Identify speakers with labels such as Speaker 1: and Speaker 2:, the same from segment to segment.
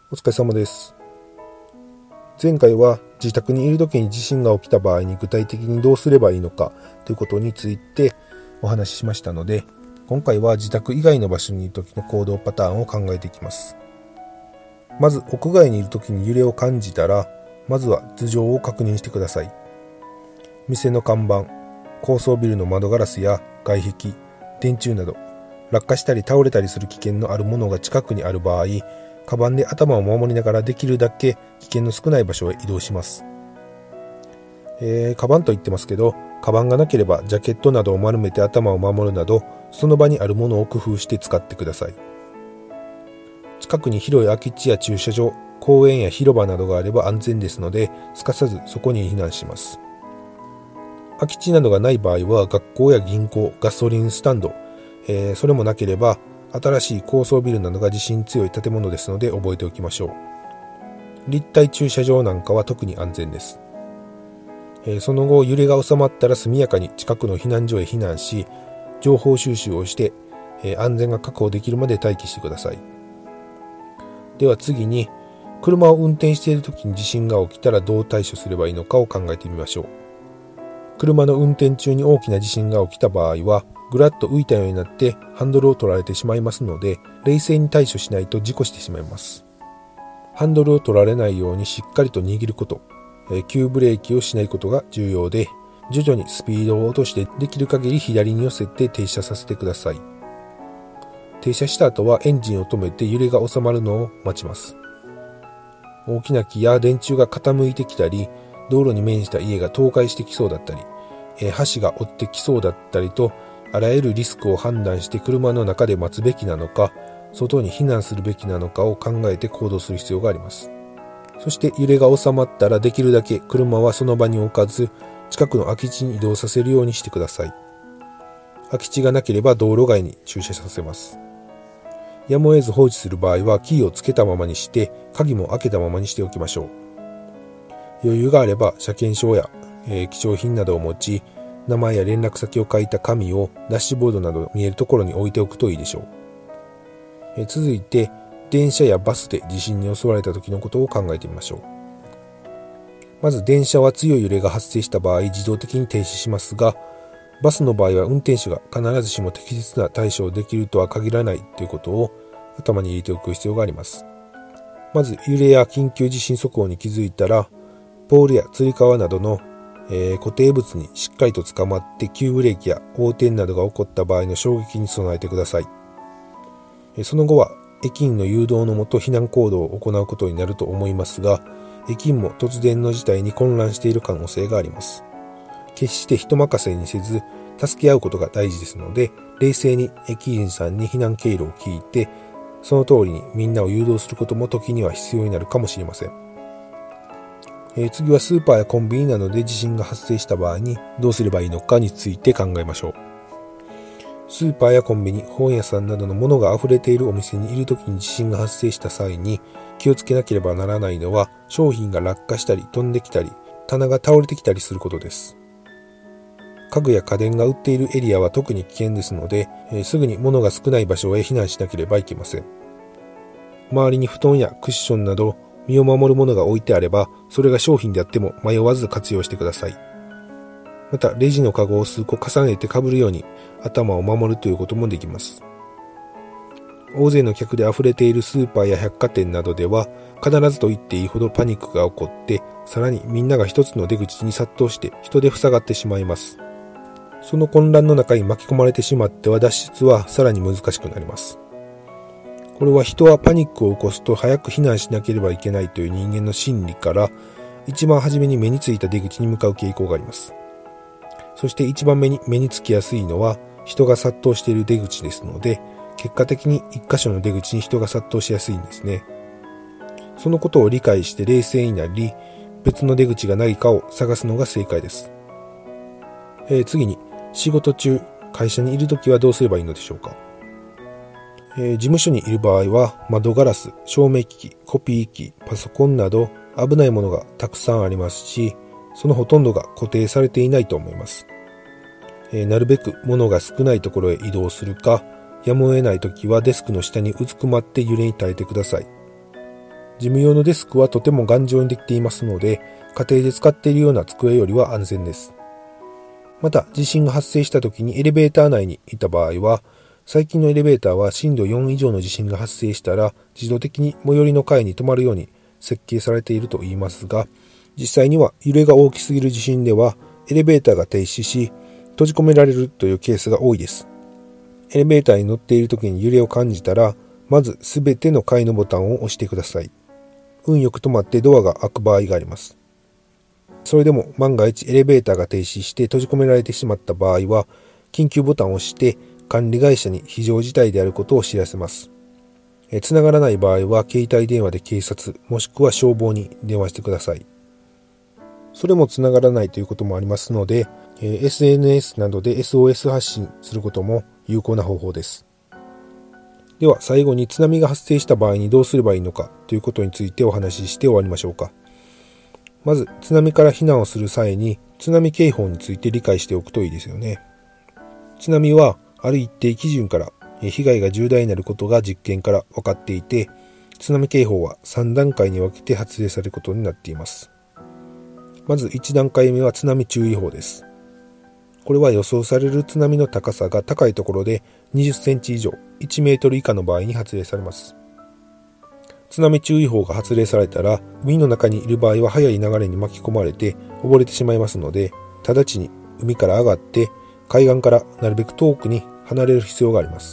Speaker 1: お疲れ様です。前回は自宅にいる時に地震が起きた場合に具体的にどうすればいいのかということについてお話ししましたので、今回は自宅以外の場所にいる時の行動パターンを考えていきます。まず屋外にいる時に揺れを感じたら、まずは頭上を確認してください。店の看板、高層ビルの窓ガラスや外壁、電柱など落下したり倒れたりする危険のあるものが近くにある場合、カバンで頭を守りながらできるだけ危険の少ない場所へ移動します。カバンと言ってますけど、カバンがなければジャケットなどを丸めて頭を守るなど、その場にあるものを工夫して使ってください。近くに広い空き地や駐車場、公園や広場などがあれば安全ですので、すかさずそこに避難します。空き地などがない場合は学校や銀行、ガソリンスタンド、それもなければ新しい高層ビルなどが地震強い建物ですので覚えておきましょう。立体駐車場なんかは特に安全です。その後揺れが収まったら速やかに近くの避難所へ避難し、情報収集をして、安全が確保できるまで待機してください。では次に、車を運転している時に地震が起きたらどう対処すればいいのかを考えてみましょう。車の運転中に大きな地震が起きた場合は、ぐらっと浮いたようになってハンドルを取られてしまいますので、冷静に対処しないと事故してしまいます。ハンドルを取られないようにしっかりと握ること、急ブレーキをしないことが重要で、徐々にスピードを落としてできる限り左に寄せて停車させてください。停車した後はエンジンを止めて揺れが収まるのを待ちます。大きな木や電柱が傾いてきたり、道路に面した家が倒壊してきそうだったり、橋が折ってきそうだったりと、あらゆるリスクを判断して車の中で待つべきなのか、外に避難するべきなのかを考えて行動する必要があります。そして揺れが収まったらできるだけ車はその場に置かず、近くの空き地に移動させるようにしてください。空き地がなければ道路外に駐車させます。やむを得ず放置する場合はキーをつけたままにして、鍵も開けたままにしておきましょう。余裕があれば車検証や、貴重品などを持ち、名前や連絡先を書いた紙をダッシュボードなど見えるところに置いておくといいでしょう。続いて電車やバスで地震に襲われた時のことを考えてみましょう。まず電車は強い揺れが発生した場合自動的に停止しますが、バスの場合は運転手が必ずしも適切な対処をできるとは限らないということを頭に入れておく必要があります。まず揺れや緊急地震速報に気づいたら、ポールやつり革などの固定物にしっかりと捕まって急ブレーキや横転などが起こった場合の衝撃に備えてください。その後は駅員の誘導のもと避難行動を行うことになると思いますが、駅員も突然の事態に混乱している可能性があります。決して人任せにせず助け合うことが大事ですので、冷静に駅員さんに避難経路を聞いて、その通りにみんなを誘導することも時には必要になるかもしれません。次はスーパーやコンビニなどで地震が発生した場合にどうすればいいのかについて考えましょう。スーパーやコンビニ、本屋さんなどの物が溢れているお店にいるときに地震が発生した際に気をつけなければならないのは、商品が落下したり飛んできたり棚が倒れてきたりすることです。家具や家電が売っているエリアは特に危険ですので、すぐに物が少ない場所へ避難しなければいけません。周りに布団やクッションなど身を守るものが置いてあれば、それが商品であっても迷わず活用してください。またレジのカゴを数個重ねて被るように頭を守るということもできます。大勢の客で溢れているスーパーや百貨店などでは、必ずと言っていいほどパニックが起こって、さらにみんなが一つの出口に殺到して人で塞がってしまいます。その混乱の中に巻き込まれてしまっては脱出はさらに難しくなります。これは人はパニックを起こすと早く避難しなければいけないという人間の心理から、一番初めに目についた出口に向かう傾向があります。そして一番目につきやすいのは人が殺到している出口ですので、結果的に一箇所の出口に人が殺到しやすいんですね。そのことを理解して冷静になり、別の出口がないかを探すのが正解です。次に、仕事中、会社にいるときはどうすればいいのでしょうか。事務所にいる場合は窓ガラス、照明機器、コピー機、パソコンなど危ないものがたくさんありますし、そのほとんどが固定されていないと思います。なるべく物が少ないところへ移動するか、やむを得ないときはデスクの下にうずくまって揺れに耐えてください。 事務用のデスクはとても頑丈にできていますので、家庭で使っているような机よりは安全です。また、地震が発生した時にエレベーター内にいた場合は、最近のエレベーターは震度4以上の地震が発生したら、自動的に最寄りの階に止まるように設計されていると言いますが、実際には揺れが大きすぎる地震では、エレベーターが停止し、閉じ込められるというケースが多いです。エレベーターに乗っている時に揺れを感じたら、まずすべての階のボタンを押してください。運よく止まってドアが開く場合があります。それでも万が一エレベーターが停止して閉じ込められてしまった場合は、緊急ボタンを押して管理会社に非常事態であることを知らせます。つながらない場合は携帯電話で警察もしくは消防に電話してください。それもつながらないということもありますので、SNS などで SOS 発信することも有効な方法です。では最後に津波が発生した場合にどうすればいいのかということについてお話しして終わりましょうか。まず津波から避難をする際に津波警報について理解しておくといいですよね。津波はある一定基準から被害が重大になることが実験から分かっていて、津波警報は3段階に分けて発令されることになっています。まず1段階目は津波注意報です。これは予想される津波の高さが高いところで20センチ以上、1メートル以下の場合に発令されます。津波注意報が発令されたら、海の中にいる場合は速い流れに巻き込まれて溺れてしまいますので、直ちに海から上がって海岸からなるべく遠くに離れる必要があります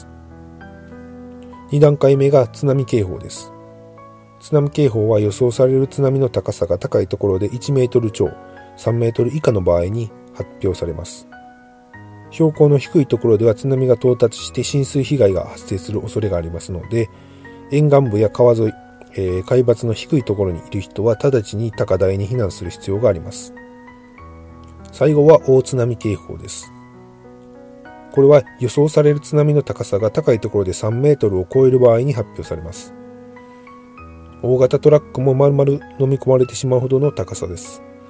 Speaker 1: 。2段階目が津波警報です。津波警報は予想される津波の高さが高いところで1メートル超、3メートル以下の場合に発表されます。標高の低いところでは津波が到達して浸水被害が発生する恐れがありますので、沿岸部や川沿い、海抜の低いところにいる人は直ちに高台に避難する必要があります。最後は大津波警報です。これは予想される津波の高さが高いところで3メートルを超える場合に発表されます。大型トラックも丸々飲み込まれてしまうほどの高さです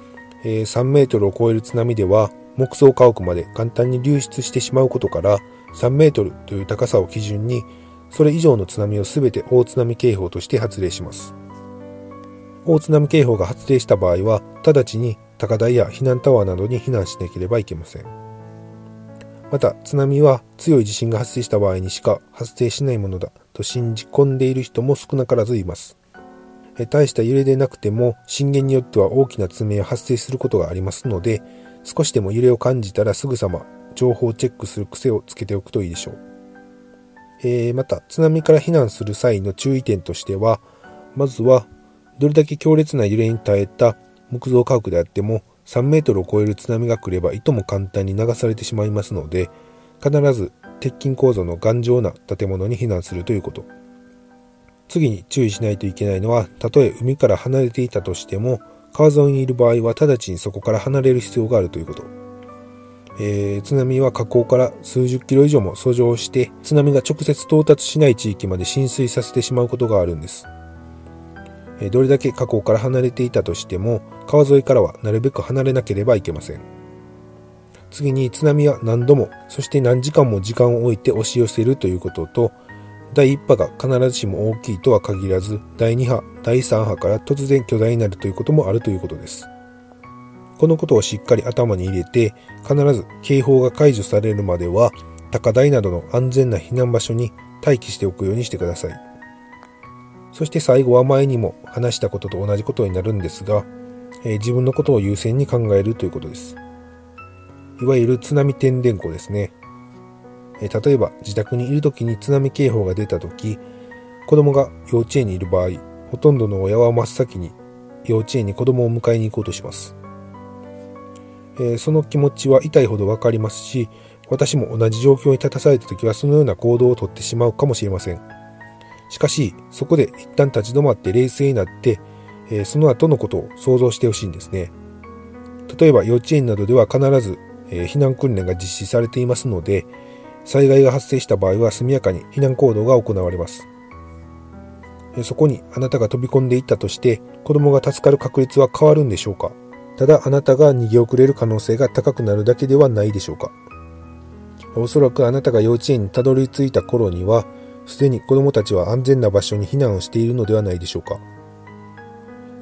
Speaker 1: 。3メートルを超える津波では木造家屋まで簡単に流出してしまうことから3メートルという高さを基準にそれ以上の津波をすべて大津波警報として発令します。大津波警報が発令した場合は直ちに高台や避難タワーなどに避難しなければいけません。また津波は強い地震が発生した場合にしか発生しないものだと信じ込んでいる人も少なからずいます。大した揺れでなくても震源によっては大きな津波が発生することがありますので、少しでも揺れを感じたらすぐさま情報をチェックする癖をつけておくといいでしょう。また津波から避難する際の注意点としては、まずはどれだけ強烈な揺れに耐えた木造家屋であっても3メートルを超える津波が来ればいとも簡単に流されてしまいますので、必ず鉄筋構造の頑丈な建物に避難するということ。次に注意しないといけないのは、たとえ海から離れていたとしても川沿いにいる場合は直ちにそこから離れる必要があるということ。津波は河口から数十キロ以上も遡上して津波が直接到達しない地域まで浸水させてしまうことがあるんです。どれだけ河口から離れていたとしても川沿いからはなるべく離れなければいけません。次に津波は何度もそして何時間も時間を置いて押し寄せるということと、第1波が必ずしも大きいとは限らず第2波、第3波から突然巨大になるということもあるということです。このことをしっかり頭に入れて、必ず警報が解除されるまでは高台などの安全な避難場所に待機しておくようにしてください。そして最後は前にも話したことと同じことになるんですが、自分のことを優先に考えるということです。いわゆる津波て電講ですね。例えば自宅にいるときに津波警報が出たとき、子供が幼稚園にいる場合、ほとんどの親は真っ先に幼稚園に子供を迎えに行こうとします。その気持ちは痛いほどわかりますし、私も同じ状況に立たされたときはそのような行動をとってしまうかもしれません。しかしそこで一旦立ち止まって冷静になって、その後のことを想像してほしいんですね。例えば幼稚園などでは必ず、避難訓練が実施されていますので、災害が発生した場合は速やかに避難行動が行われます。そこにあなたが飛び込んでいったとして子供が助かる確率は変わるんでしょうか。ただあなたが逃げ遅れる可能性が高くなるだけではないでしょうか。おそらくあなたが幼稚園にたどり着いた頃にはすでに子供たちは安全な場所に避難をしているのではないでしょうか。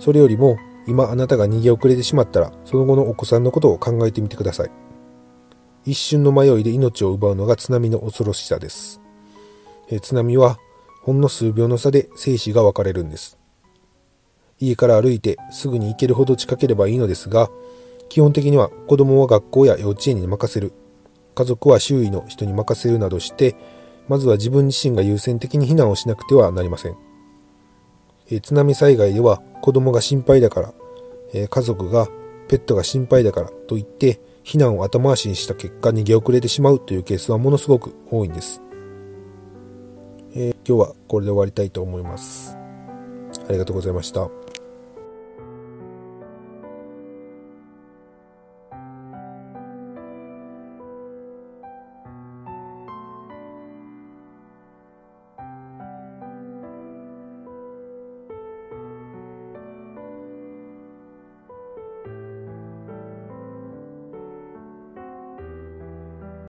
Speaker 1: それよりも今あなたが逃げ遅れてしまったら、その後のお子さんのことを考えてみてください。一瞬の迷いで命を奪うのが津波の恐ろしさです。津波はほんの数秒の差で生死が分かれるんです。家から歩いてすぐに行けるほど近ければいいのですが、基本的には子供は学校や幼稚園に任せる、家族は周囲の人に任せるなどして、まずは自分自身が優先的に避難をしなくてはなりません。津波災害では子供が心配だから、家族がペットが心配だからと言って避難を後回しにした結果逃げ遅れてしまうというケースはものすごく多いんです。今日はこれで終わりたいと思います。ありがとうございました。